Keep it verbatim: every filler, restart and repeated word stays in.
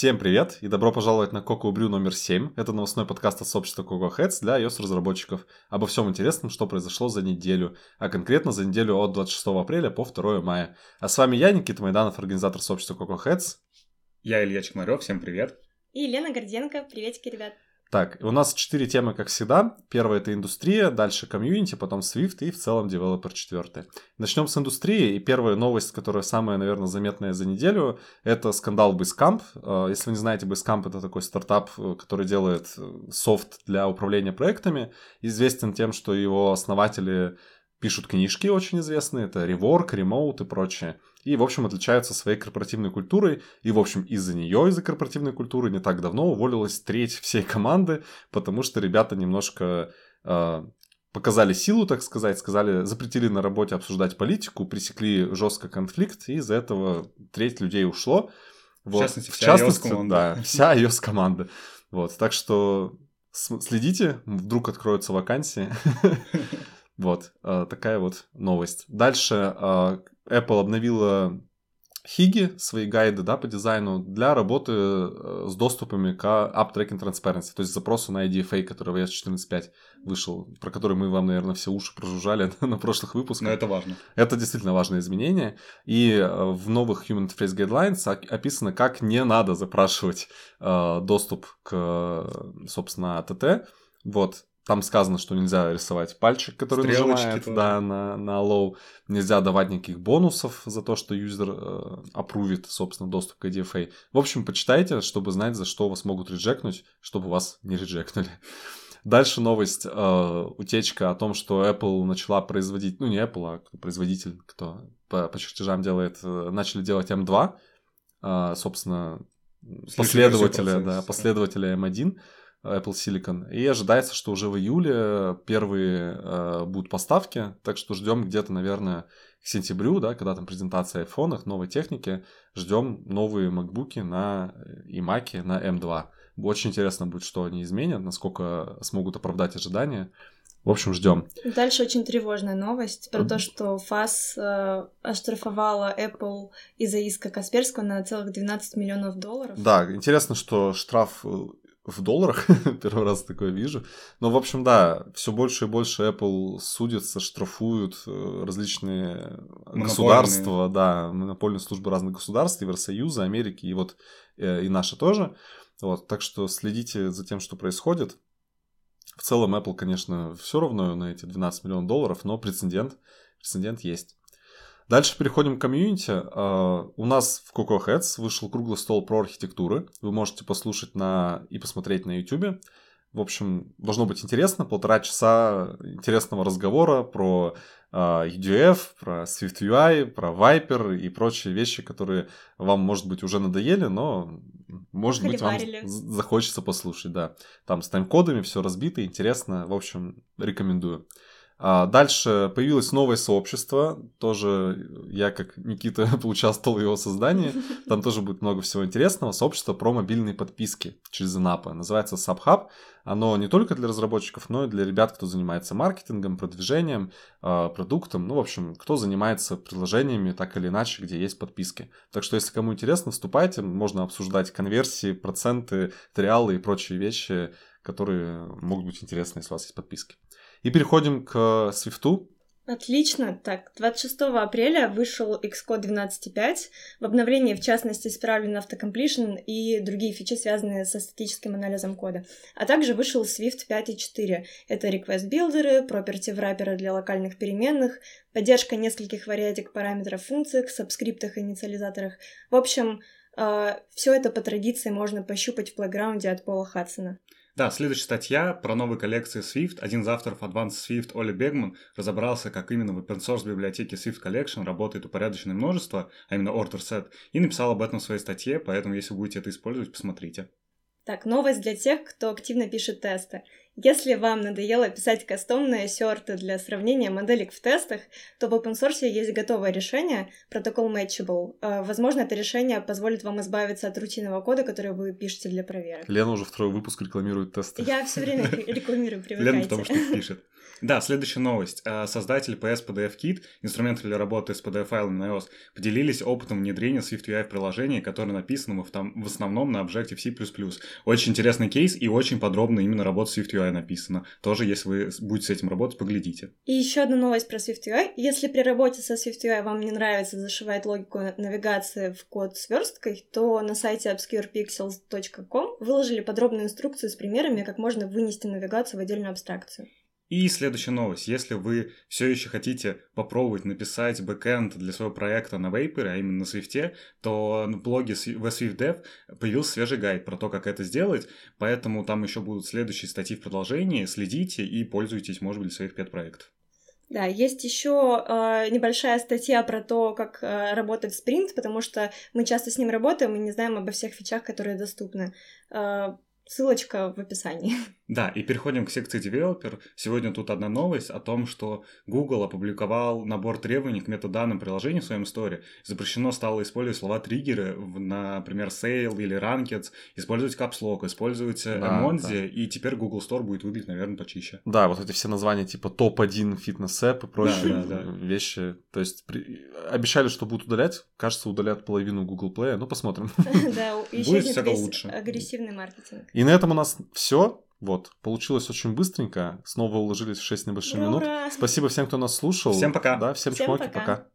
Всем привет и добро пожаловать на Cocoa Brew номер семь. Это новостной подкаст от сообщества Cocoa Heads для iOS-разработчиков. Обо всем интересном, что произошло за неделю, а конкретно за неделю от двадцать шестого апреля по второго мая. А с вами я, Никита Майданов, организатор сообщества Cocoa Heads. Я Илья Чекмарев, всем привет. И Елена Горденко, приветики, ребят. Так, у нас четыре темы, как всегда. Первая — это индустрия, дальше комьюнити, потом Swift и в целом девелопер четвертый. Начнем с индустрии, и первая новость, которая самая, наверное, заметная за неделю, это скандал Basecamp. Если вы не знаете, Basecamp — это такой стартап, который делает софт для управления проектами, известен тем, что его основатели пишут книжки очень известные, это Rework, Remote и прочее. И, в общем, отличаются своей корпоративной культурой. И, в общем, из-за нее, из-за корпоративной культуры, не так давно уволилась треть всей команды, потому что ребята немножко э, показали силу, так сказать, сказали, запретили на работе обсуждать политику, пресекли жестко конфликт, и из-за этого треть людей ушло. Вот. В частности, в вся частности iOS-команда. Да, вся iOS-команда. Вот, так что следите, вдруг откроются вакансии. Вот, э, такая вот новость. Дальше э, Apple обновила Higi, свои гайды, да, по дизайну для работы э, с доступами к App Tracking Transparency, то есть запросу на ай ди эф эй, который в ай о эс четырнадцать пять вышел, про который мы вам, наверное, все уши прожужжали на прошлых выпусках. Но это важно. Это действительно важное изменение. И э, в новых Human Interface Guidelines описано, как не надо запрашивать э, доступ к, собственно, эй ти ти. Вот. Там сказано, что нельзя рисовать пальчик, который Стрелочки нажимает тоже. да, на, на allow. Нельзя давать никаких бонусов за то, что юзер э, апрувит, собственно, доступ к ай ди эф эй. В общем, почитайте, чтобы знать, за что вас могут реджектнуть, чтобы вас не реджектнули. Дальше новость. Э, утечка о том, что Apple начала производить... Ну, не Apple, а производитель, кто по, по чертежам делает... Э, начали делать эм два. Э, собственно, последователя, да, последователя эм один. Apple Silicon. И ожидается, что уже в июле первые э, будут поставки, так что ждем где-то, наверное, к сентябрю, да, когда там презентация айфонов, новой техники, ждем новые MacBook'и на и Mac'и на эм два. Очень интересно будет, что они изменят, насколько смогут оправдать ожидания. В общем, ждем. Дальше очень тревожная новость про mm-hmm. то, что эф эй эс э, оштрафовала Apple из-за иска Касперского на целых двенадцать миллионов долларов. Да, интересно, что штраф в долларах, первый раз такое вижу. Но, в общем, да, все больше и больше Apple судятся, штрафуют различные государства, да, монопольные службы разных государств, Евросоюза, Америки, и вот и наши тоже. Вот, так что следите за тем, что происходит. В целом, Apple, конечно, все равно на эти двенадцать миллионов долларов, но прецедент, прецедент есть. Дальше переходим к комьюнити. Uh, у нас в Cocoa Heads вышел круглый стол про архитектуры. Вы можете послушать на... и посмотреть на YouTube. В общем, должно быть интересно. Полтора часа интересного разговора про uh, ю ди эф, про Swift ю ай, про Viper и прочие вещи, которые вам, может быть, уже надоели, но, может быть, вам захочется послушать. Да. Там с тайм-кодами все разбито, интересно. В общем, рекомендую. Дальше появилось новое сообщество, тоже я, как Никита, поучаствовал в его создании, там тоже будет много всего интересного, сообщество про мобильные подписки через in-app, называется SubHub, оно не только для разработчиков, но и для ребят, кто занимается маркетингом, продвижением, продуктом, ну, в общем, кто занимается приложениями так или иначе, где есть подписки. Так что, если кому интересно, вступайте, можно обсуждать конверсии, проценты, триалы и прочие вещи, которые могут быть интересны, если у вас есть подписки. И переходим к Swift. Отлично. Так, двадцать шестого апреля вышел Xcode двенадцать точка пять. В обновлении, в частности, исправлен автокомплишн и другие фичи, связанные со статическим анализом кода. А также вышел Swift пять точка четыре. Это request-билдеры, property wrapper для локальных переменных, поддержка нескольких вариатик параметров функций, сабскриптах и инициализаторах. В общем, э, все это по традиции можно пощупать в плейграунде от Пола Хадсона. Да, следующая статья про новые коллекции Swift. Один из авторов Advanced Swift, Оли Бегман, разобрался, как именно в open-source библиотеке Swift Collection работает упорядоченное множество, а именно order set, и написал об этом в своей статье, поэтому, если будете это использовать, посмотрите. Так, новость для тех, кто активно пишет тесты. Если вам надоело писать кастомные сёрты для сравнения моделек в тестах, то в open source есть готовое решение, протокол Matchable. Возможно, это решение позволит вам избавиться от рутинного кода, который вы пишете для проверок. Лена уже второй выпуск рекламирует тесты. Я все время рекламирую, привыкайте. Лена потому что пишет. Да, следующая новость. Создатель пи эс пи ди эф Kit, инструмент для работы с пи ди эф-файлами на iOS, поделились опытом внедрения SwiftUI в приложение, которое написано в основном на Objective-C++. Очень интересный кейс и очень подробно именно работа с SwiftUI написана. Тоже, если вы будете с этим работать, поглядите. И еще одна новость про SwiftUI. Если при работе со SwiftUI вам не нравится зашивать логику навигации в код сверсткой, то на сайте obscure pixels точка com выложили подробную инструкцию с примерами, как можно вынести навигацию в отдельную абстракцию. И следующая новость. Если вы все еще хотите попробовать написать бэкэнд для своего проекта на Vapor, а именно на Swift, то в блоге ви эс Swift Dev появился свежий гайд про то, как это сделать, поэтому там еще будут следующие статьи в продолжении. Следите и пользуйтесь, может быть, для своих пет-проектов. Да, есть еще э, небольшая статья про то, как э, работать спринт, потому что мы часто с ним работаем и не знаем обо всех фичах, которые доступны. Э, ссылочка в описании. Да, и переходим к секции Developer. Сегодня тут одна новость о том, что Google опубликовал набор требований к метаданным приложений в своем сторе. Запрещено стало использовать слова-триггеры, например, sale или ranked, использовать caps lock, использовать да, эмодзи, да. И теперь Google Store будет выглядеть, наверное, почище. Да, вот эти все названия типа топ один фитнес-эп и прочие да, да, да. вещи. То есть при... обещали, что будут удалять. Кажется, удалят половину Google Play. Ну, посмотрим. Да, еще здесь агрессивный маркетинг. И на этом у нас все. Вот, получилось очень быстренько. Снова уложились в шесть небольших минут. Спасибо всем, кто нас слушал. Всем пока. Да, всем, всем чмоки, пока. пока.